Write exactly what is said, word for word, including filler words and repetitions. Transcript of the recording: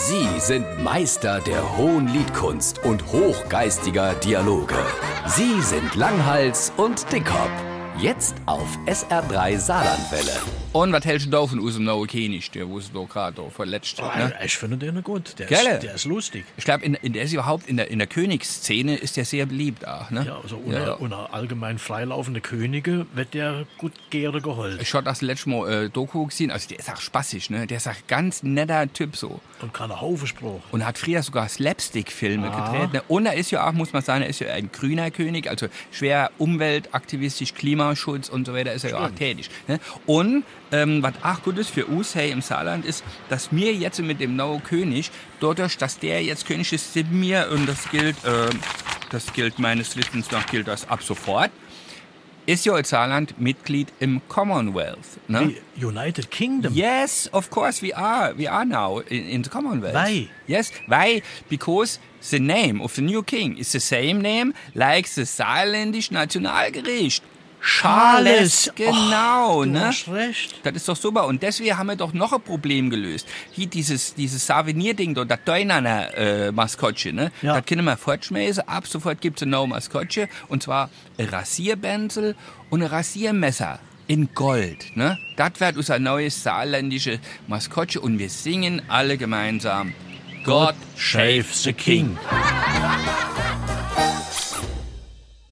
Sie sind Meister der hohen Liedkunst und hochgeistiger Dialoge. Sie sind Langhals und Dickhop. Jetzt auf S R drei Saarlandwelle. Und was hältst du da von unserem neuen König, der wo es da gerade verletzt Oh, ne? Ich finde den gut. Der Gell? ist, der ist lustig. Ich glaube, in, in der ist überhaupt in der, in der Königsszene ist der sehr beliebt auch, ne? Ja, also unter, Ja, ja. unter allgemein freilaufende Könige wird der gut gerne geholt. Ich habe das letzte Mal äh, Doku gesehen, also der ist auch spaßig, ne? Der ist auch ganz netter Typ so. Und kann einen Haufen Spruch. Und hat früher sogar Slapstick-Filme Ah. gedreht. Ne? Und er ist ja auch, muss man sagen, er ist ja ein grüner König, also schwer umweltaktivistisch, Klimaschutz und so weiter ist er ja auch tätig. Ne? Und ähm, was auch gut ist für uns hey, im Saarland ist, dass wir jetzt mit dem neuen König, dadurch, dass der jetzt König ist, sind wir, und das gilt, äh, das gilt meines Wissens nach, gilt das ab sofort, ist ja als Saarland Mitglied im Commonwealth. Ne? The United Kingdom. Yes, of course we are. We are now in, in the Commonwealth. Why? Yes, why? Because the name of the new king is the same name like the saarländisch Nationalgericht. Charles, genau, Du ne? hast recht. Das ist doch super. Und deswegen haben wir doch noch ein Problem gelöst. Hier dieses, dieses Savenier-Ding, das Deunaner äh, Maskottchen, ne? Ja. Das können wir fortschmeißen. Ab sofort gibt's ein neues Maskottchen. Und zwar ein Rasierbändel und ein Rasiermesser. In Gold, ne? Das wird unser neues saarländische Maskottchen. Und wir singen alle gemeinsam God Save the King.